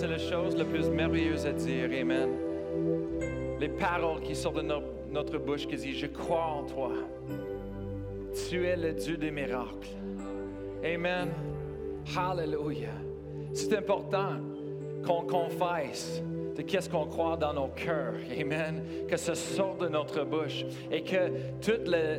c'est la chose la plus merveilleuse à dire. Amen. Les paroles qui sortent de notre bouche qui disent « Je crois en toi. Tu es le Dieu des miracles. » Amen. Hallelujah. C'est important qu'on confesse de qu'est-ce qu'on croit dans nos cœurs. Amen. Que ça sorte de notre bouche et que tout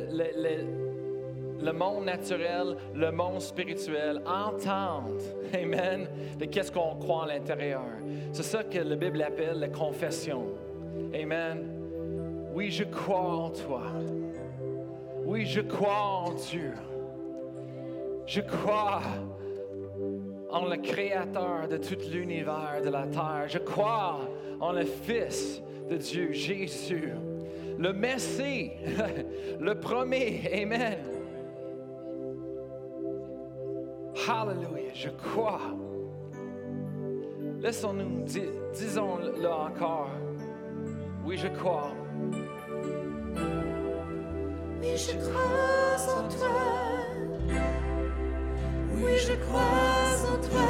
le monde naturel, le monde spirituel entendent, amen, de qu'est-ce qu'on croit à l'intérieur. C'est ça que la Bible appelle la confession. Amen. Oui, je crois en toi. Oui, je crois en Dieu. Je crois en le Créateur de tout l'univers, de la terre. Je crois en le Fils de Dieu, Jésus, le Messie, le premier. Amen. Hallelujah, je crois. Laissons-nous, disons-le encore. Oui, je crois. Oui, je crois en toi. Oui, je crois en toi.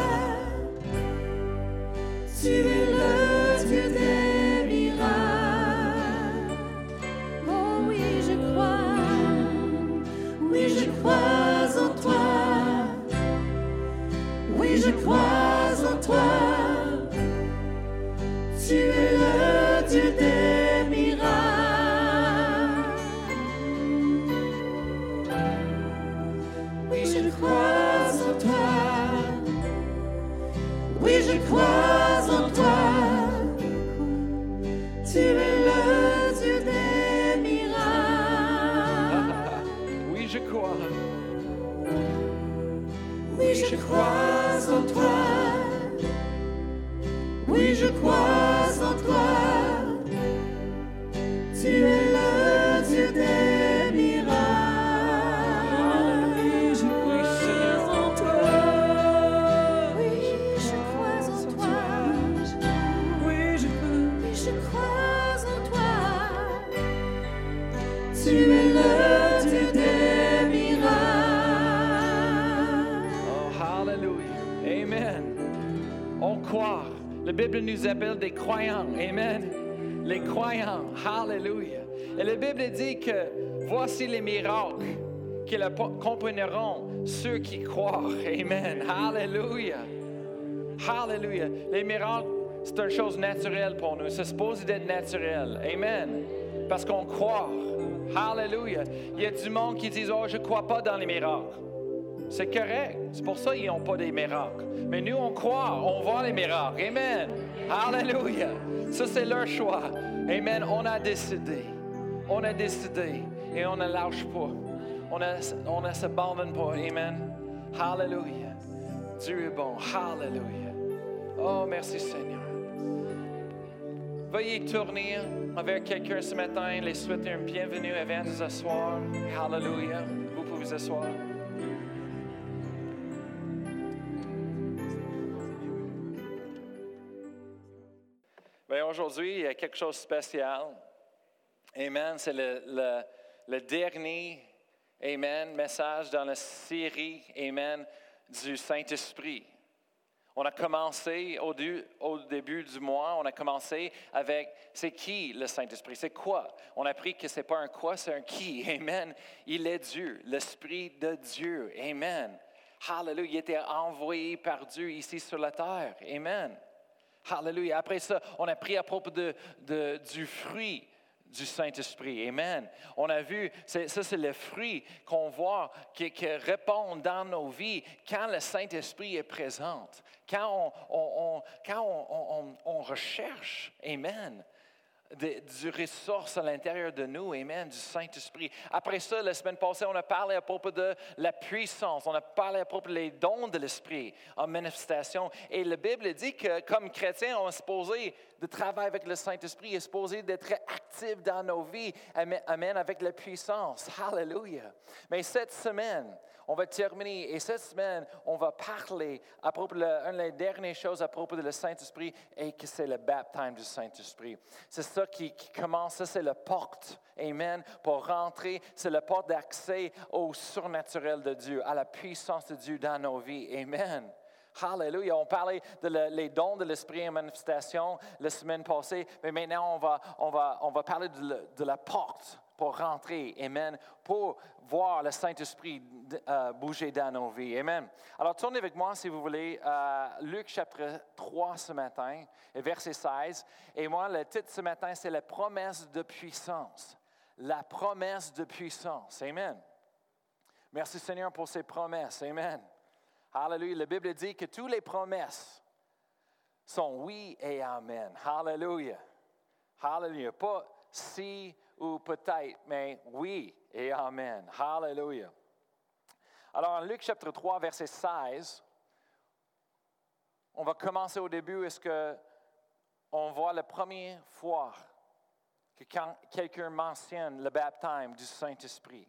Tu es le Dieu des miracles. Oh oui, je crois. Oui, je crois en toi. Oui, je crois en toi. Tu es le Dieu des miracles. Oui, je crois en toi. Oui, je crois en toi. Tu es le Dieu des miracles. Oui, je crois. Oui, je crois en toi. Oui, je crois en toi. Tu es le Dieu des miracles. Oui, je crois en toi. Oui, je crois en toi. Oui, je crois en toi. Tu es le Dieu des miracles. Oh, hallelujah. Amen. On croit. La Bible nous appelle des croyants. Amen. Les croyants. Hallelujah. Et la Bible dit que voici les miracles qu'ils comprendront ceux qui croient. Amen. Hallelujah. Hallelujah. Les miracles, c'est une chose naturelle pour nous. C'est supposé d'être naturel. Amen. Parce qu'on croit. Hallelujah. Il y a du monde qui dit, oh, je ne crois pas dans les miracles. C'est correct. C'est pour ça qu'ils n'ont pas des miracles. Mais nous, on croit, on voit les miracles. Amen. Hallelujah. Ça, c'est leur choix. Amen. On a décidé. On a décidé. Et on ne lâche pas. On ne s'abandonne pas. Amen. Hallelujah. Dieu est bon. Hallelujah. Oh, merci Seigneur. Veuillez tourner avec quelqu'un ce matin. Les souhaiter une bienvenue avant de vous asseoir. Hallelujah. Vous pouvez vous asseoir. Bien, aujourd'hui, il y a quelque chose de spécial. Amen. C'est le dernier, amen, message dans la série, amen, du Saint-Esprit. On a commencé au début du mois, on a commencé avec c'est qui le Saint-Esprit, c'est quoi? On a appris que c'est pas un quoi, c'est un qui. Amen. Il est Dieu, l'Esprit de Dieu. Amen. Hallelujah. Il était envoyé par Dieu ici sur la terre. Amen. Hallelujah. Après ça, on a pris à propos du fruit du Saint-Esprit. Amen. On a vu, ça c'est le fruit qu'on voit qui répond dans nos vies quand le Saint-Esprit est présent. Quand on recherche, amen, du ressource à l'intérieur de nous, amen, du Saint-Esprit. Après ça, la semaine passée, on a parlé à propos de la puissance, on a parlé à propos des dons de l'Esprit en manifestation. Et la Bible dit que comme chrétiens, on est supposé de travailler avec le Saint-Esprit, on est supposé d'être actifs dans nos vies, amen, avec la puissance. Hallelujah. Mais cette semaine, on va terminer et cette semaine, on va parler à propos une des dernières choses à propos de Saint-Esprit et que c'est le baptême du Saint-Esprit. C'est ça qui commence, ça c'est la porte, amen, pour rentrer, c'est la porte d'accès au surnaturel de Dieu, à la puissance de Dieu dans nos vies, amen. Hallelujah. On parlait les dons de l'Esprit en manifestation la semaine passée, mais maintenant on va parler de la porte pour rentrer, amen, pour voir le Saint-Esprit bouger dans nos vies, amen. Alors tournez avec moi, si vous voulez, à Luc chapitre 3 ce matin, et verset 16. Et moi, le titre ce matin, c'est la promesse de puissance. La promesse de puissance, amen. Merci Seigneur pour ces promesses, amen. Hallelujah. La Bible dit que toutes les promesses sont oui et amen. Hallelujah. Hallelujah. Pas si ou peut-être, mais oui et amen. Hallelujah. Alors, en Luc chapitre 3, verset 16, on va commencer au début. Est-ce qu'on voit la première fois que quand quelqu'un mentionne le baptême du Saint-Esprit?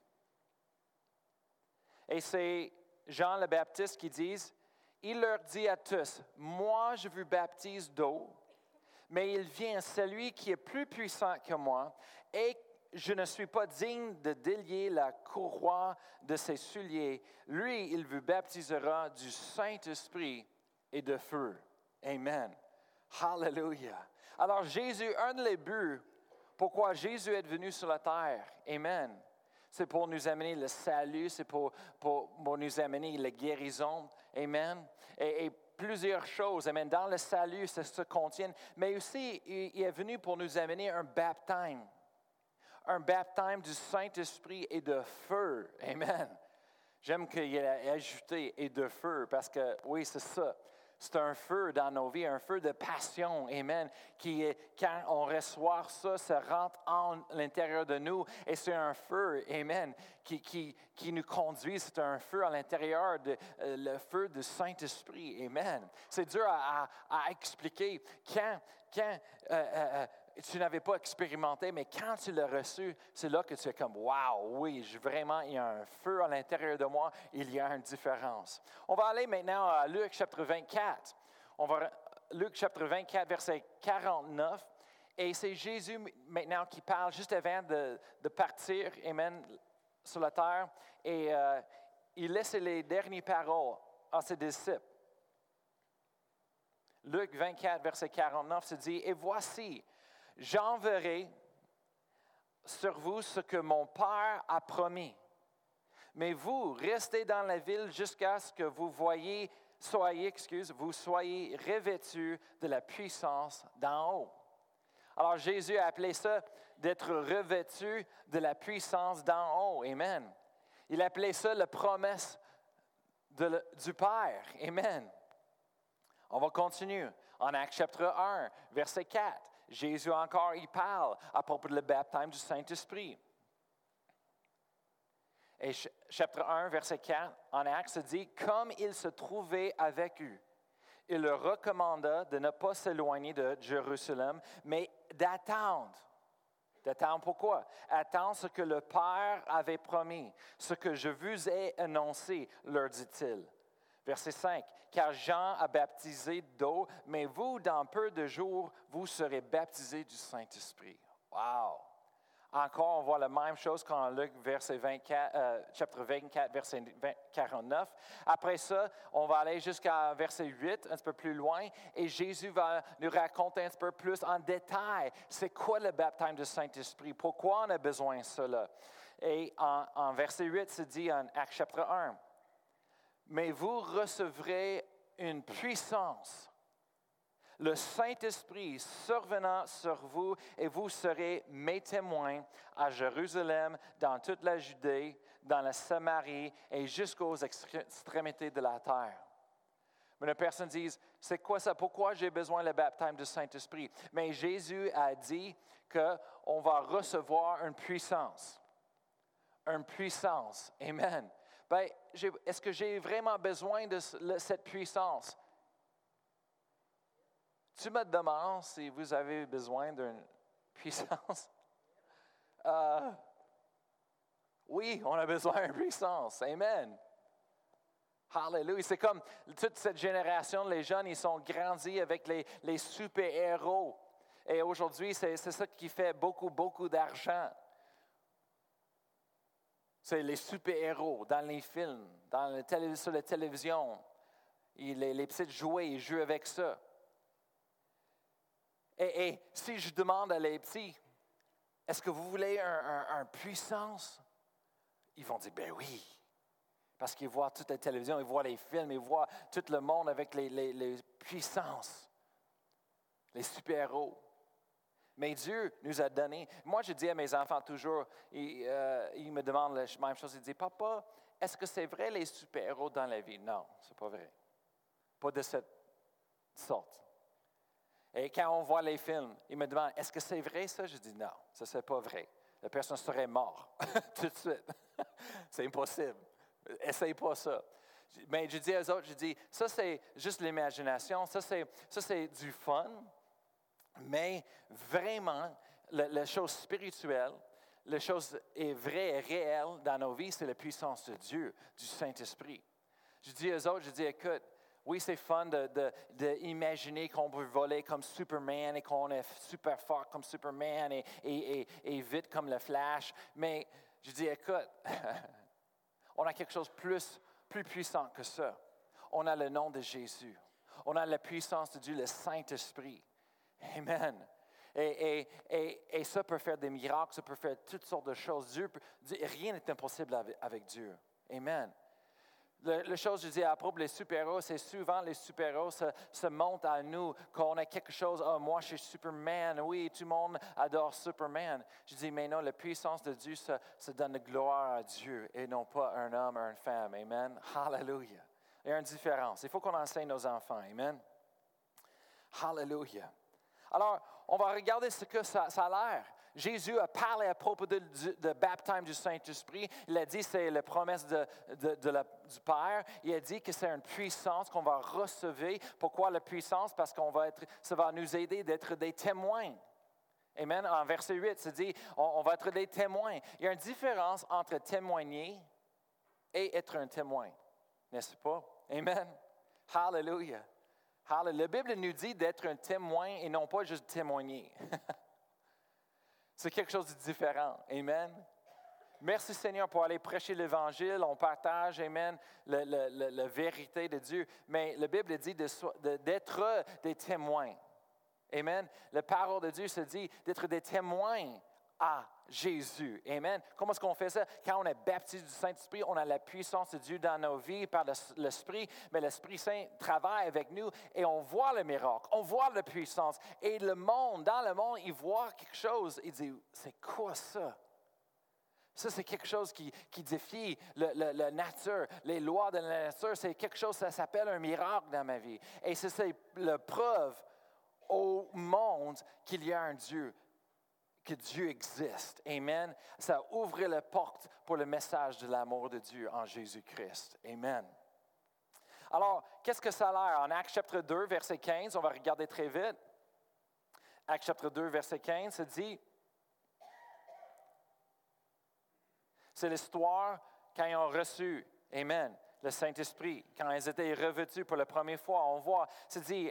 Et c'est Jean le Baptiste qui dit, il leur dit à tous, moi je vous baptise d'eau, mais il vient celui qui est plus puissant que moi, et je ne suis pas digne de délier la courroie de ses souliers. Lui, il vous baptisera du Saint-Esprit et de feu. Amen. Hallelujah. Alors Jésus, un des buts, pourquoi Jésus est venu sur la terre, amen, c'est pour nous amener le salut, c'est pour nous amener la guérison, amen, et plusieurs choses, amen. Dans le salut, ça se contient, mais aussi, il est venu pour nous amener un baptême du Saint-Esprit et de feu, amen. J'aime qu'il ait ajouté « et de feu » parce que, oui, c'est ça. C'est un feu dans nos vies, un feu de passion, amen, qui, quand on reçoit ça, ça rentre en l'intérieur de nous. Et c'est un feu, amen, qui nous conduit. C'est un feu à l'intérieur, le feu du Saint-Esprit, amen. C'est dur à expliquer. Quand tu n'avais pas expérimenté, mais quand tu l'as reçu, c'est là que tu es comme, wow, oui, vraiment, il y a un feu à l'intérieur de moi, il y a une différence. On va aller maintenant à Luc chapitre 24. Luc chapitre 24, verset 49. Et c'est Jésus maintenant qui parle juste avant de partir, amen, sur la terre. Et il laisse les dernières paroles à ses disciples. Luc 24, verset 49 se dit, « Et voici, j'enverrai sur vous ce que mon Père a promis. Mais vous, restez dans la ville jusqu'à ce que vous soyez revêtus de la puissance d'en haut. » Alors Jésus a appelé ça d'être revêtu de la puissance d'en haut. Amen. Il a appelé ça la promesse du Père. Amen. On va continuer. En Actes chapitre 1, verset 4, Jésus encore, il parle à propos du baptême du Saint-Esprit. Et chapitre 1, verset 4, en Actes, se dit, « Comme il se trouvait avec eux, il leur recommanda de ne pas s'éloigner de Jérusalem, mais d'attendre. » D'attendre pourquoi? Attendre ce que le Père avait promis, ce que je vous ai annoncé, leur dit-il. Verset 5, « Car Jean a baptisé d'eau, mais vous, dans peu de jours, vous serez baptisés du Saint-Esprit. » Wow! Encore, on voit la même chose qu'en Luc chapitre 24, verset 49. Après ça, on va aller jusqu'à verset 8, un petit peu plus loin, et Jésus va nous raconter un petit peu plus en détail, c'est quoi le baptême du Saint-Esprit, pourquoi on a besoin de cela. Et en verset 8, c'est dit en Actes chapitre 1, « Mais vous recevrez une puissance, le Saint-Esprit survenant sur vous, et vous serez mes témoins à Jérusalem, dans toute la Judée, dans la Samarie et jusqu'aux extrémités de la terre. » Mais les personnes disent, c'est quoi ça? Pourquoi j'ai besoin du baptême du Saint-Esprit? Mais Jésus a dit qu'on va recevoir une puissance. Une puissance. Amen. Ben, est-ce que j'ai vraiment besoin de cette puissance? Tu me demandes si vous avez besoin d'une puissance? Oui, on a besoin d'une puissance. Amen. Hallelujah. C'est comme toute cette génération, les jeunes, ils sont grandis avec les super-héros. Et aujourd'hui, c'est ça qui fait beaucoup d'argent. C'est les super-héros dans les films, sur la télévision. Les petites jouets, ils jouent avec ça. Et si je demande à les petits, est-ce que vous voulez une puissance? Ils vont dire, ben oui. Parce qu'ils voient toute la télévision, ils voient les films, ils voient tout le monde avec les puissances, les super-héros. Mais Dieu nous a donné. Moi, je dis à mes enfants toujours, ils me demandent la même chose. Ils disent, papa, est-ce que c'est vrai les super-héros dans la vie? Non, ce n'est pas vrai. Pas de cette sorte. Et quand on voit les films, ils me demandent, est-ce que c'est vrai ça? Je dis, non, ça n'est pas vrai. La personne serait morte tout de suite. C'est impossible. Essaye pas ça. Mais je dis aux autres, je dis, ça c'est juste l'imagination, ça c'est du fun, mais vraiment, la chose spirituelle, la chose est vraie et réelle dans nos vies, c'est la puissance de Dieu, du Saint-Esprit. Je dis aux autres, je dis, écoute, oui, c'est fun d'imaginer qu'on peut voler comme Superman et qu'on est super fort comme Superman et vite comme le Flash, mais je dis, écoute, on a quelque chose de plus puissant que ça. On a le nom de Jésus. On a la puissance de Dieu, le Saint-Esprit. Amen. Et ça peut faire des miracles, ça peut faire toutes sortes de choses. Rien n'est impossible avec Dieu. Amen. La chose, je dis à propos des super-héros, c'est souvent les super-héros se montrent à nous qu'on a quelque chose. « moi, je suis Superman. » Oui, tout le monde adore Superman. Je dis, mais non, la puissance de Dieu, ça donne de gloire à Dieu et non pas un homme ou une femme. Amen. Hallelujah. Il y a une différence. Il faut qu'on enseigne nos enfants. Amen. Hallelujah. Alors, on va regarder ce que ça a l'air. Jésus a parlé à propos de baptême du Saint-Esprit. Il a dit que c'est la promesse du Père. Il a dit que c'est une puissance qu'on va recevoir. Pourquoi la puissance? Parce ça va nous aider d'être des témoins. Amen. En verset 8, ça dit, on va être des témoins. Il y a une différence entre témoigner et être un témoin. N'est-ce pas? Amen. Hallelujah. Hallelujah. La Bible nous dit d'être un témoin et non pas juste témoigner. C'est quelque chose de différent. Amen. Merci Seigneur pour aller prêcher l'Évangile. On partage, amen, la vérité de Dieu. Mais la Bible dit d'être des témoins. Amen. La parole de Dieu se dit d'être des témoins à Jésus. Amen. Comment est-ce qu'on fait ça? Quand on est baptisé du Saint-Esprit, on a la puissance de Dieu dans nos vies par l'Esprit, mais l'Esprit Saint travaille avec nous et on voit le miracle, on voit la puissance. Et dans le monde, il voit quelque chose, il dit, c'est quoi ça? Ça, c'est quelque chose qui défie la nature, les lois de la nature. C'est quelque chose, ça s'appelle un miracle dans ma vie. Et c'est la preuve au monde qu'il y a un Dieu, que Dieu existe. Amen. Ça ouvre la porte pour le message de l'amour de Dieu en Jésus-Christ. Amen. Alors, qu'est-ce que ça a l'air? En Actes chapitre 2, verset 15, on va regarder très vite. Actes chapitre 2, verset 15, ça dit, c'est l'histoire quand ils ont reçu, amen, le Saint-Esprit, quand ils étaient revêtus pour la première fois. On voit, c'est dit,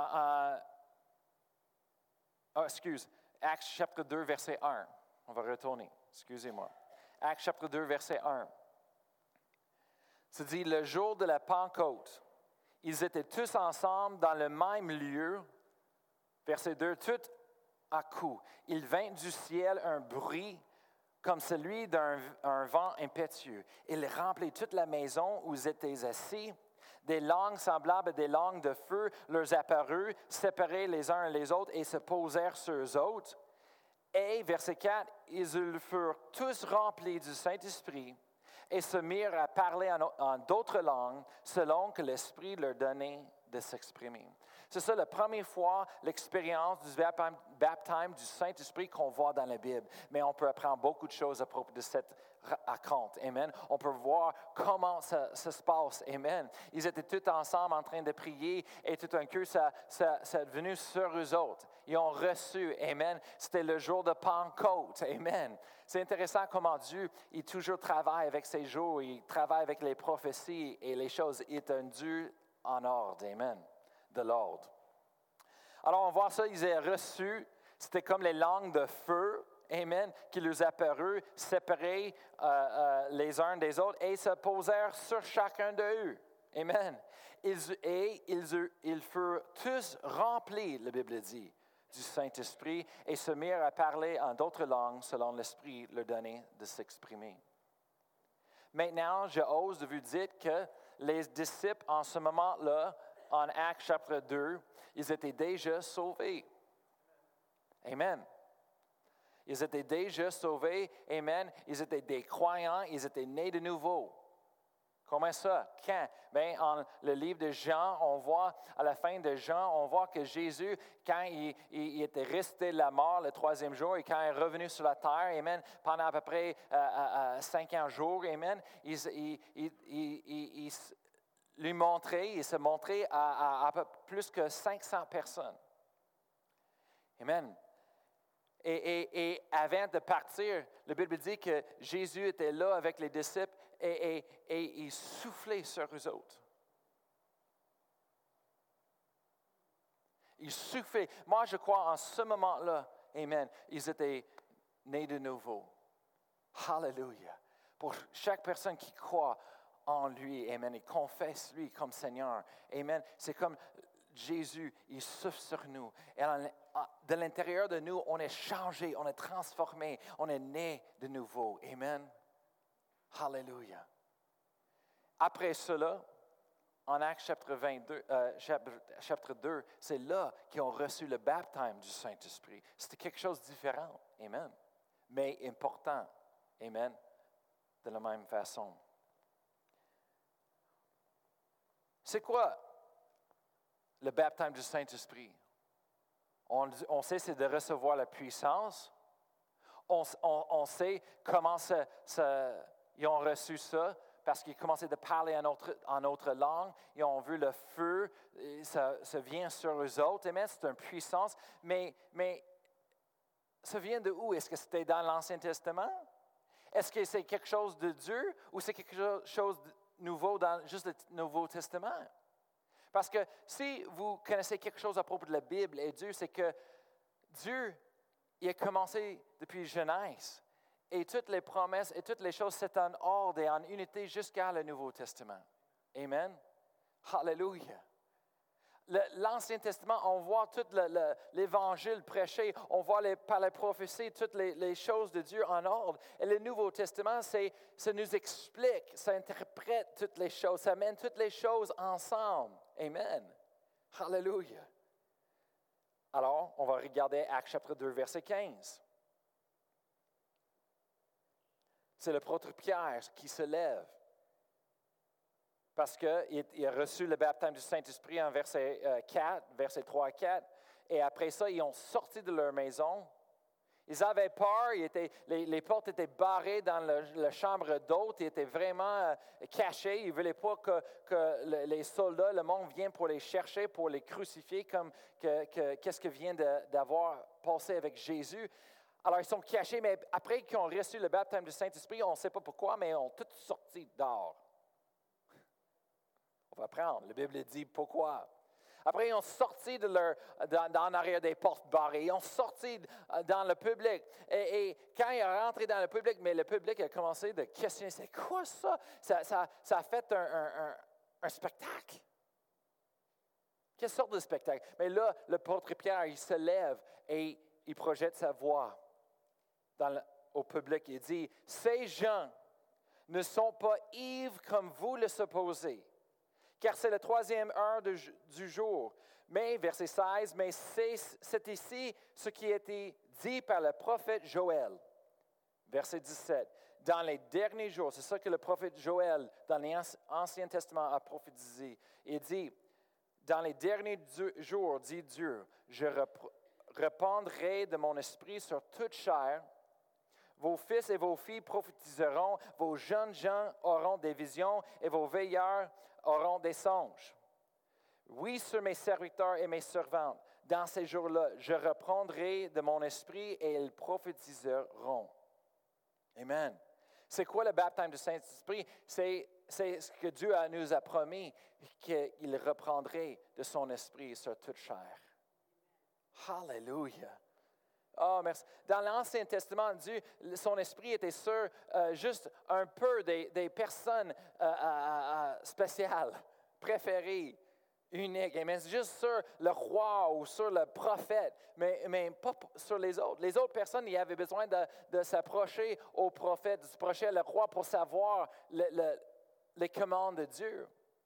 Actes chapitre 2, verset 1. On va retourner, excusez-moi. Actes chapitre 2, verset 1. C'est dit, le jour de la Pentecôte, ils étaient tous ensemble dans le même lieu. Verset 2, tout à coup, il vint du ciel un bruit comme celui d'un vent impétueux. Il remplit toute la maison où ils étaient assis. Des langues semblables à des langues de feu leur apparurent, séparés les uns les autres, et se posèrent sur eux autres. Et, verset 4, ils furent tous remplis du Saint-Esprit et se mirent à parler en d'autres langues, selon que l'Esprit leur donnait de s'exprimer. C'est ça la première fois, l'expérience du baptême du Saint-Esprit qu'on voit dans la Bible. Mais on peut apprendre beaucoup de choses à propos de cette raconte. Amen. On peut voir comment ça se passe. Amen. Ils étaient tous ensemble en train de prier et tout d'un coup, ça est venu sur eux autres. Ils ont reçu. Amen. C'était le jour de Pentecôte. Amen. C'est intéressant comment Dieu, il toujours travaille avec ses jours. Il travaille avec les prophéties et les choses. Il est un Dieu en ordre. Amen. De l'ordre. Alors, on voit ça, ils ont reçu, c'était comme les langues de feu, amen, qui leur apparurent, séparés les uns des autres, et se posèrent sur chacun d'eux. Amen. Ils furent tous remplis, la Bible dit, du Saint-Esprit et se mirent à parler en d'autres langues selon l'Esprit leur donnait de s'exprimer. Maintenant, je ose de vous dire que les disciples, en ce moment-là, en Actes chapitre 2, ils étaient déjà sauvés. Amen. Ils étaient déjà sauvés. Amen. Ils étaient des croyants. Ils étaient nés de nouveau. Comment ça? Quand? Bien, en le livre de Jean, on voit, à la fin de Jean, on voit que Jésus, quand il était resté de la mort le troisième jour et quand il est revenu sur la terre, amen, pendant à peu près 50 jours, amen, il se montrait à peu plus que 500 personnes. Amen. Et avant de partir, la Bible dit que Jésus était là avec les disciples et il soufflait sur eux autres. Il soufflait. Moi, je crois en ce moment-là, amen, ils étaient nés de nouveau. Hallelujah. Pour chaque personne qui croit en lui, amen, et confesse lui comme Seigneur, amen, c'est comme Jésus, il souffle sur nous. Et de l'intérieur de nous, on est changé, on est transformé, on est né de nouveau. Amen. Hallelujah. Après cela, en Actes chapitre 2, c'est là qu'ils ont reçu le baptême du Saint-Esprit. C'était quelque chose de différent. Amen. Mais important. Amen. De la même façon. C'est quoi le baptême du Saint-Esprit? On sait c'est de recevoir la puissance. On sait comment ils ont reçu ça parce qu'ils commençaient de parler en autre langue. Ils ont vu le feu, ça vient sur eux autres. Amen, c'est une puissance. Mais ça vient de où? Est-ce que c'était dans l'Ancien Testament? Est-ce que c'est quelque chose de Dieu ou c'est quelque chose de nouveau dans juste le Nouveau Testament? Parce que si vous connaissez quelque chose à propos de la Bible et Dieu, c'est que Dieu, il a commencé depuis Genèse. Et toutes les promesses et toutes les choses, c'est en ordre et en unité jusqu'à le Nouveau Testament. Amen. Hallelujah. L'Ancien Testament, on voit tout l'Évangile prêché, on voit par les prophéties toutes les choses de Dieu en ordre. Et le Nouveau Testament, ça nous explique, ça interprète toutes les choses, ça mène toutes les choses ensemble. Amen. Hallelujah. Alors, on va regarder Actes chapitre 2, verset 15. C'est l'apôtre Pierre qui se lève. Parce qu'il a reçu le baptême du Saint-Esprit en verset 4, verset 3 à 4. Et après ça, ils ont sorti de leur maison. Ils avaient peur, les portes étaient barrées dans la chambre d'hôtes, ils étaient vraiment cachés. Ils ne voulaient pas que les soldats, le monde vienne pour les chercher, pour les crucifier, comme qu'est-ce que vient d'avoir passé avec Jésus. Alors, ils sont cachés, mais après qu'ils ont reçu le baptême du Saint-Esprit, on ne sait pas pourquoi, mais ils ont tous sorti dehors. On va apprendre. La Bible dit pourquoi. Après, ils ont sorti dans arrière des portes barrées. Ils ont sorti dans le public. Et quand ils sont rentrés dans le public, mais le public a commencé de questionner, c'est quoi ça? Ça a fait un spectacle. Quelle sorte de spectacle? Mais là, l'apôtre Pierre, il se lève et il projette sa voix au public. Il dit, ces gens ne sont pas ivres comme vous le supposez. Car c'est la 3e heure du jour. Mais, verset 16, mais c'est ici ce qui a été dit par le prophète Joël. Verset 17, dans les derniers jours, c'est ça que le prophète Joël, dans l'Ancien Testament, a prophétisé. Il dit, dans les derniers jours, dit Dieu, je répandrai de mon esprit sur toute chair. Vos fils et vos filles prophétiseront, vos jeunes gens auront des visions et vos veilleurs auront des songes. Oui, sur mes serviteurs et mes servantes, dans ces jours-là, je reprendrai de mon esprit et ils prophétiseront. Amen. C'est quoi le baptême du Saint-Esprit? C'est ce que Dieu nous a promis, qu'il reprendrait de son esprit sur toute chair. Hallelujah. Oh, merci. Dans l'Ancien Testament, Dieu, son esprit était sur juste un peu des personnes spéciales. préféré, unique. Amen. C'est juste sur le roi ou sur le prophète, mais pas sur les autres. Les autres personnes, ils avaient besoin de s'approcher au prophète, de s'approcher à le roi pour savoir les commandes de Dieu.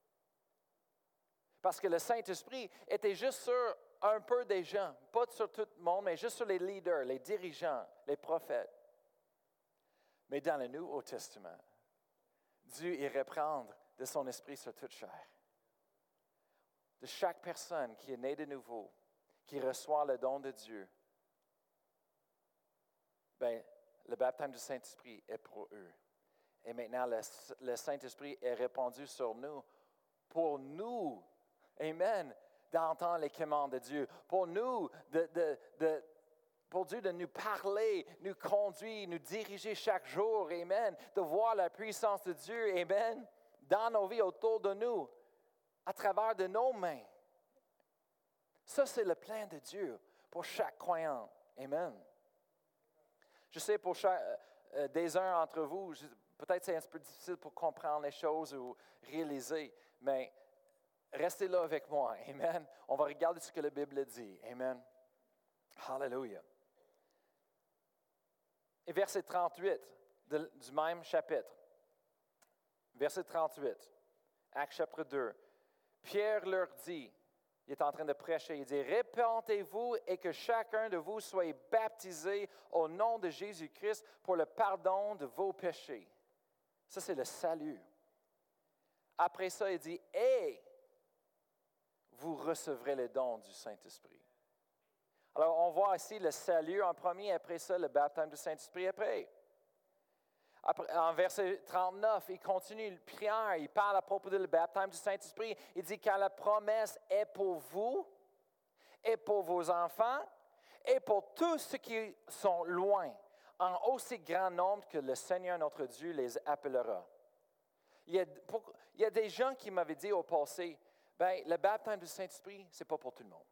Parce que le Saint-Esprit était juste sur un peu des gens, pas sur tout le monde, mais juste sur les leaders, les dirigeants, les prophètes. Mais dans le Nouveau Testament, Dieu irait prendre de son esprit sur toute chair. De chaque personne qui est née de nouveau, qui reçoit le don de Dieu, bien, le baptême du Saint-Esprit est pour eux. Et maintenant, le Saint-Esprit est répandu sur nous, pour nous, amen, d'entendre les commandes de Dieu, pour nous, pour Dieu de nous parler, nous conduire, nous diriger chaque jour, amen, de voir la puissance de Dieu, amen, dans nos vies, autour de nous, à travers de nos mains. Ça, c'est le plan de Dieu pour chaque croyant. Amen. Je sais pour des uns d'entre vous, peut-être c'est un peu difficile pour comprendre les choses ou réaliser, mais restez là avec moi. Amen. On va regarder ce que la Bible dit. Amen. Hallelujah. Et verset 38 du même chapitre. Verset 38. Actes chapitre 2. Pierre leur dit, il est en train de prêcher, il dit, « Répentez-vous et que chacun de vous soit baptisé au nom de Jésus-Christ pour le pardon de vos péchés. » Ça, c'est le salut. Après ça, il dit, « Et vous recevrez le don du Saint-Esprit. » Alors, on voit ici le salut en premier, après ça, le baptême du Saint-Esprit après. En verset 39, il continue le prière, il parle à propos du baptême du Saint-Esprit. Il dit que la promesse est pour vous, et pour vos enfants, et pour tous ceux qui sont loin, en aussi grand nombre que le Seigneur notre Dieu les appellera. Il y a des gens qui m'avaient dit au passé, bien, le baptême du Saint-Esprit, ce n'est pas pour tout le monde.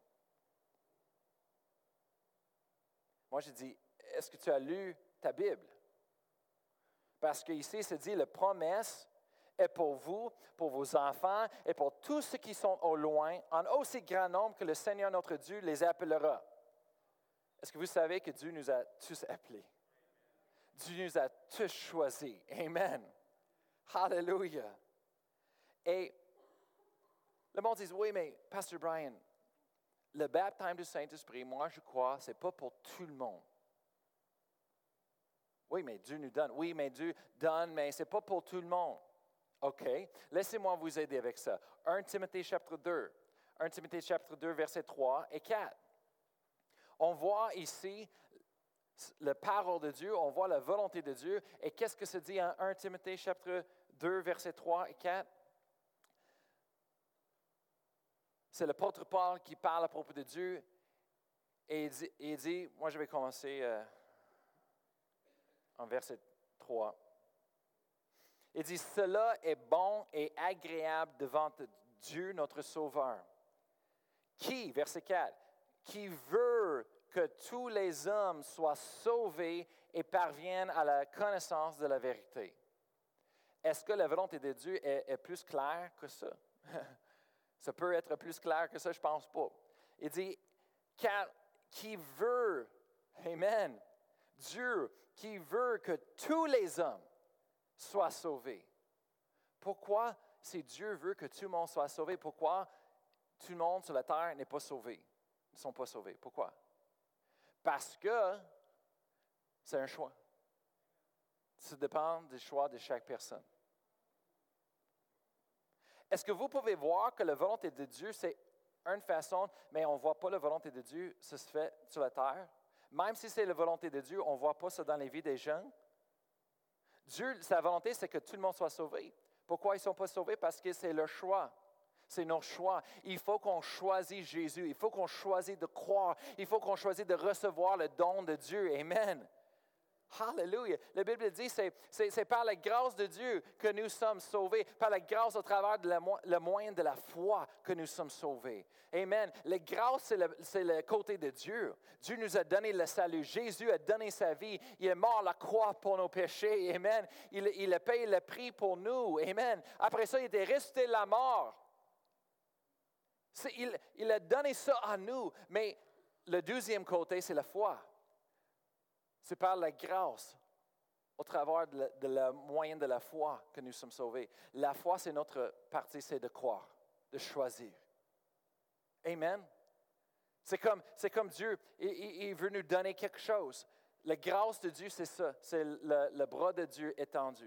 Moi, j'ai dit, est-ce que tu as lu ta Bible? Parce qu'ici, c'est dit, la promesse est pour vous, pour vos enfants et pour tous ceux qui sont au loin, en aussi grand nombre que le Seigneur notre Dieu les appellera. Est-ce que vous savez que Dieu nous a tous appelés? Dieu nous a tous choisis. Amen. Hallelujah. Et le monde dit, oui, mais Pasteur Brian, le baptême du Saint-Esprit, moi je crois, ce n'est pas pour tout le monde. Oui, mais Dieu nous donne. Oui, mais Dieu donne, mais ce n'est pas pour tout le monde. OK. Laissez-moi vous aider avec ça. 1 Timothée chapitre 2. 1 Timothée chapitre 2, versets 3 et 4. On voit ici la parole de Dieu, on voit la volonté de Dieu. Et qu'est-ce que se dit en 1 Timothée chapitre 2, versets 3 et 4? C'est l'apôtre Paul qui parle à propos de Dieu. Et il dit, moi je vais commencer en verset 3. Il dit, « Cela est bon et agréable devant Dieu notre Sauveur. » Qui, verset 4, « Qui veut que tous les hommes soient sauvés et parviennent à la connaissance de la vérité. » Est-ce que la volonté de Dieu est plus claire que ça? Ça peut être plus clair que ça, je ne pense pas. Il dit, « Car qui veut, amen, Dieu qui veut que tous les hommes soient sauvés. » Pourquoi, si Dieu veut que tout le monde soit sauvé, pourquoi tout le monde sur la terre n'est pas sauvé? Ils ne sont pas sauvés. Pourquoi? Parce que c'est un choix. Ça dépend du choix de chaque personne. Est-ce que vous pouvez voir que la volonté de Dieu, c'est une façon, mais on ne voit pas la volonté de Dieu, ça se fait sur la terre? Même si c'est la volonté de Dieu, on ne voit pas ça dans les vies des gens. Dieu, sa volonté, c'est que tout le monde soit sauvé. Pourquoi ils ne sont pas sauvés? Parce que c'est leur choix. C'est nos choix. Il faut qu'on choisisse Jésus. Il faut qu'on choisisse de croire. Il faut qu'on choisisse de recevoir le don de Dieu. Amen. Hallelujah. La Bible dit que c'est par la grâce de Dieu que nous sommes sauvés, par la grâce au travers de le moyen de la foi que nous sommes sauvés. Amen. La grâce, c'est le côté de Dieu. Dieu nous a donné le salut. Jésus a donné sa vie. Il est mort à la croix pour nos péchés. Amen. Il a payé le prix pour nous. Amen. Après ça, il était ressuscité de la mort. Il a donné ça à nous, mais le deuxième côté, c'est la foi. C'est par la grâce, au travers de la moyenne de la foi que nous sommes sauvés. La foi, c'est notre partie, c'est de croire, de choisir. Amen. C'est comme Dieu, il veut nous donner quelque chose. La grâce de Dieu, c'est ça, c'est le bras de Dieu étendu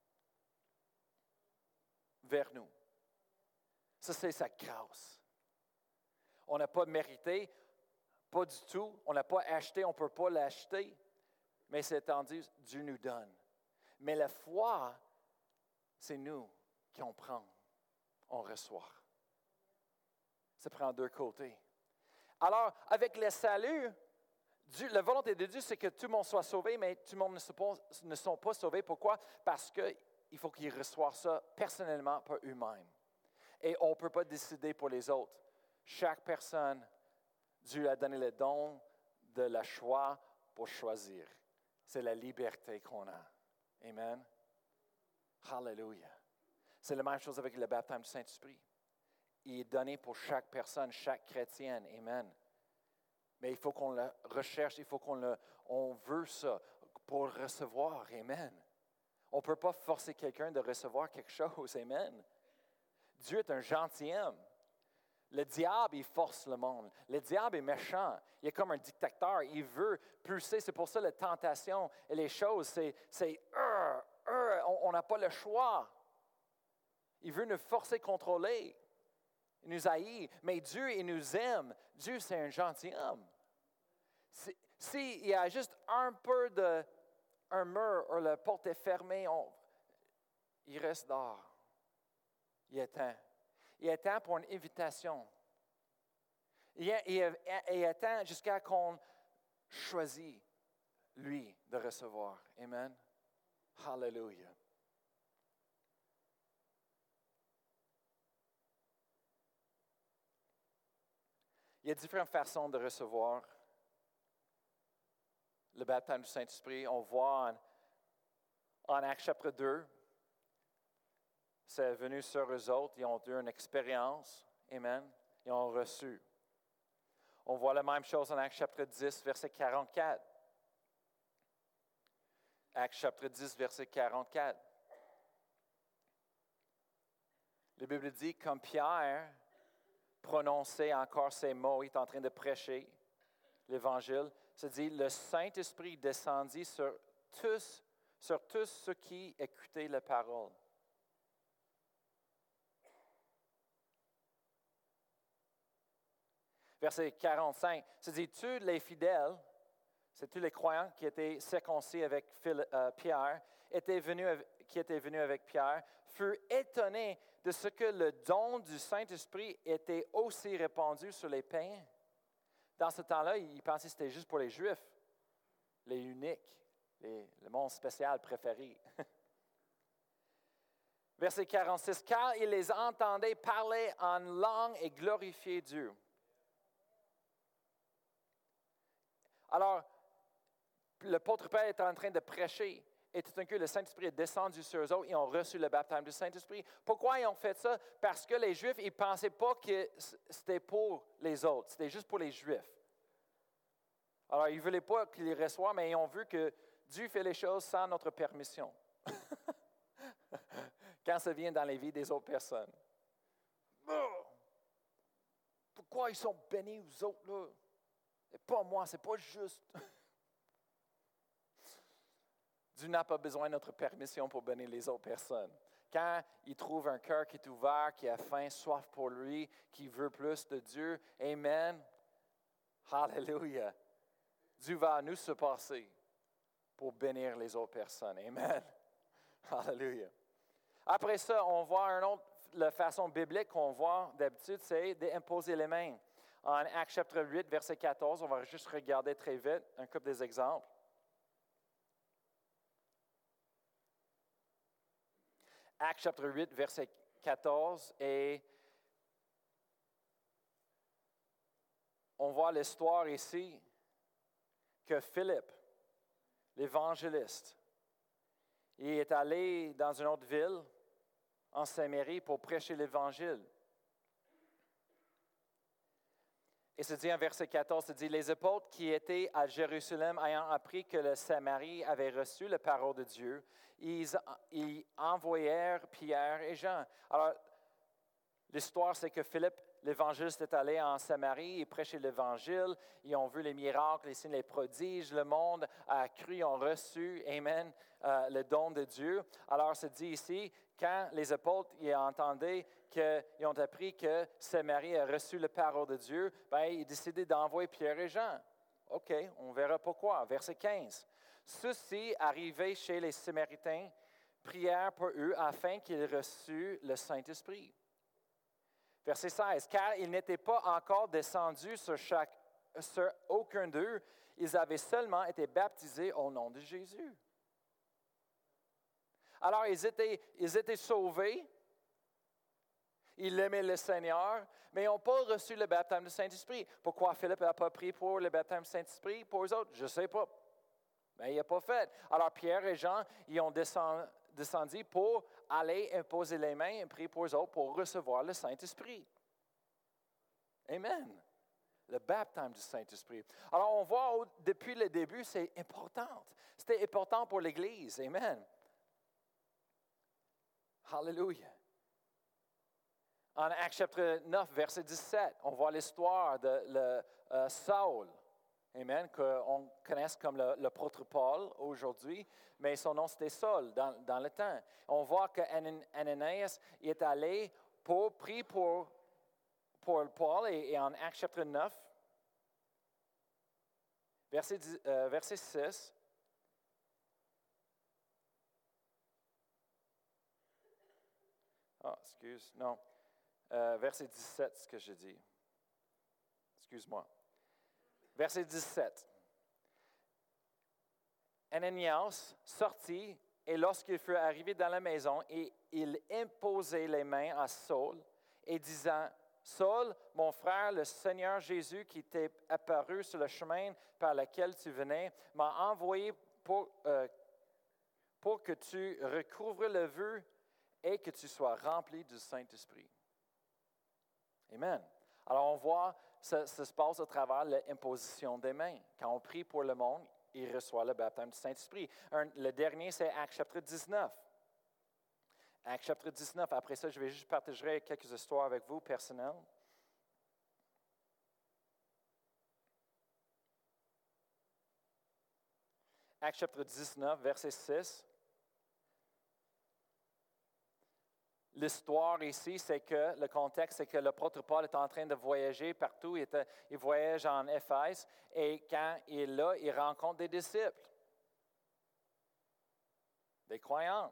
vers nous. Ça, c'est sa grâce. On n'a pas mérité, pas du tout. On n'a pas acheté, on ne peut pas l'acheter. Mais c'est étendu, Dieu nous donne. Mais la foi, c'est nous qui on prend, on reçoit. Ça prend deux côtés. Alors, avec le salut, la volonté de Dieu, c'est que tout le monde soit sauvé, mais tout le monde ne sont pas sauvés. Pourquoi? Parce qu'il faut qu'ils reçoivent ça personnellement par eux-mêmes. Et on ne peut pas décider pour les autres. Chaque personne, Dieu a donné le don de la choix pour choisir. C'est la liberté qu'on a. Amen. Hallelujah. C'est la même chose avec le baptême du Saint-Esprit. Il est donné pour chaque personne, chaque chrétienne. Amen. Mais il faut qu'on le recherche, il faut on veut ça pour recevoir. Amen. On ne peut pas forcer quelqu'un de recevoir quelque chose. Amen. Dieu est un gentilhomme. Le diable, il force le monde. Le diable est méchant. Il est comme un dictateur. Il veut pulser. C'est pour ça la tentation et les choses, on n'a pas le choix. Il veut nous forcer, contrôler. Il nous haït. Mais Dieu, il nous aime. Dieu, c'est un gentilhomme. S'il y a juste un peu un mur ou la porte est fermée, il reste dehors. Il est temps. Il est temps pour une invitation. Il attend jusqu'à qu'on choisit, lui, de recevoir. Amen. Hallelujah. Il y a différentes façons de recevoir le baptême du Saint-Esprit. On voit en Actes chapitre 2, c'est venu sur eux autres, ils ont eu une expérience. Amen. Ils ont reçu. On voit la même chose en Actes chapitre 10, verset 44. Actes chapitre 10, verset 44. La Bible dit, comme Pierre prononçait encore ces mots, il est en train de prêcher l'Évangile, ça dit, le Saint-Esprit descendit sur tous ceux qui écoutaient la parole. Verset 45, ça dit, tous les fidèles, c'est tous les croyants qui étaient circoncis avec Pierre, qui étaient venus avec Pierre, furent étonnés de ce que le don du Saint-Esprit était aussi répandu sur les païens. Dans ce temps-là, ils pensaient que c'était juste pour les Juifs, les uniques, le monde spécial préféré. Verset 46, car ils les entendaient parler en langue et glorifier Dieu. Alors, l'apôtre Paul est en train de prêcher et tout d'un coup, le Saint-Esprit est descendu sur eux autres et ont reçu le baptême du Saint-Esprit. Pourquoi ils ont fait ça? Parce que les Juifs, ils ne pensaient pas que c'était pour les autres, c'était juste pour les Juifs. Alors, ils ne voulaient pas qu'ils les reçoivent, mais ils ont vu que Dieu fait les choses sans notre permission. Quand ça vient dans les vies des autres personnes. Oh! Pourquoi ils sont bénis, vous autres, là? Et pas moi, c'est pas juste. Dieu n'a pas besoin de notre permission pour bénir les autres personnes. Quand il trouve un cœur qui est ouvert, qui a faim, soif pour lui, qui veut plus de Dieu, amen, hallelujah, Dieu va à nous se passer pour bénir les autres personnes, amen, hallelujah. Après ça, on voit la façon biblique qu'on voit d'habitude, c'est d'imposer les mains. En Actes chapitre 8, verset 14, on va juste regarder très vite un couple des exemples. Actes chapitre 8, verset 14, et on voit l'histoire ici que Philippe, l'évangéliste, il est allé dans une autre ville, en Samarie, pour prêcher l'Évangile. Et c'est dit en verset 14, c'est dit, les apôtres qui étaient à Jérusalem ayant appris que le Samarie avait reçu la parole de Dieu, ils envoyèrent Pierre et Jean. Alors, l'histoire, c'est que Philippe, l'évangéliste, est allé en Samarie, il prêchait l'Évangile, ils ont vu les miracles, les signes, les prodiges, le monde a cru, ils ont reçu, amen, le don de Dieu. Alors, c'est dit ici, quand les apôtres ils entendaient qu'ils ont appris que Samarie a reçu la parole de Dieu, bien, ils décidaient d'envoyer Pierre et Jean. OK, on verra pourquoi. Verset 15. Ceux-ci, arrivés chez les Samaritains, prièrent pour eux afin qu'ils reçussent le Saint-Esprit. Verset 16. Car ils n'étaient pas encore descendus sur aucun d'eux, ils avaient seulement été baptisés au nom de Jésus. Alors, ils étaient sauvés, ils aimaient le Seigneur, mais ils n'ont pas reçu le baptême du Saint-Esprit. Pourquoi Philippe n'a pas prié pour le baptême du Saint-Esprit pour eux autres? Je ne sais pas. Mais il n'a pas fait. Alors, Pierre et Jean, ils ont descendu pour aller imposer les mains et prier pour eux autres pour recevoir le Saint-Esprit. Amen. Le baptême du Saint-Esprit. Alors, on voit depuis le début, c'est important. C'était important pour l'Église. Amen. Hallelujah. En Actes chapitre 9, verset 17, on voit l'histoire de Saul. Amen, qu'on connaisse comme l'apôtre Paul aujourd'hui, mais son nom c'était Saul dans le temps. On voit qu'Ananias est allé pour prier pour Paul et en Actes chapitre 9, verset 6. Non. Verset 17, ce que je dis. Excuse-moi. Verset 17. Ananias sortit, et lorsqu'il fut arrivé dans la maison, et il imposait les mains à Saul, et disant, Saul, mon frère, le Seigneur Jésus qui t'est apparu sur le chemin par lequel tu venais, m'a envoyé pour que tu recouvres le vœu et que tu sois rempli du Saint-Esprit. Amen. Alors, on voit, ça se passe à travers l'imposition des mains. Quand on prie pour le monde, il reçoit le baptême du Saint-Esprit. Le dernier, c'est Actes chapitre 19. Actes chapitre 19. Après ça, je vais juste partager quelques histoires avec vous, personnelles. Actes chapitre 19, verset 6. L'histoire ici, c'est que le contexte, c'est que l'apôtre Paul est en train de voyager partout. Il voyage en Éphèse et quand il est là, il rencontre des disciples, des croyants.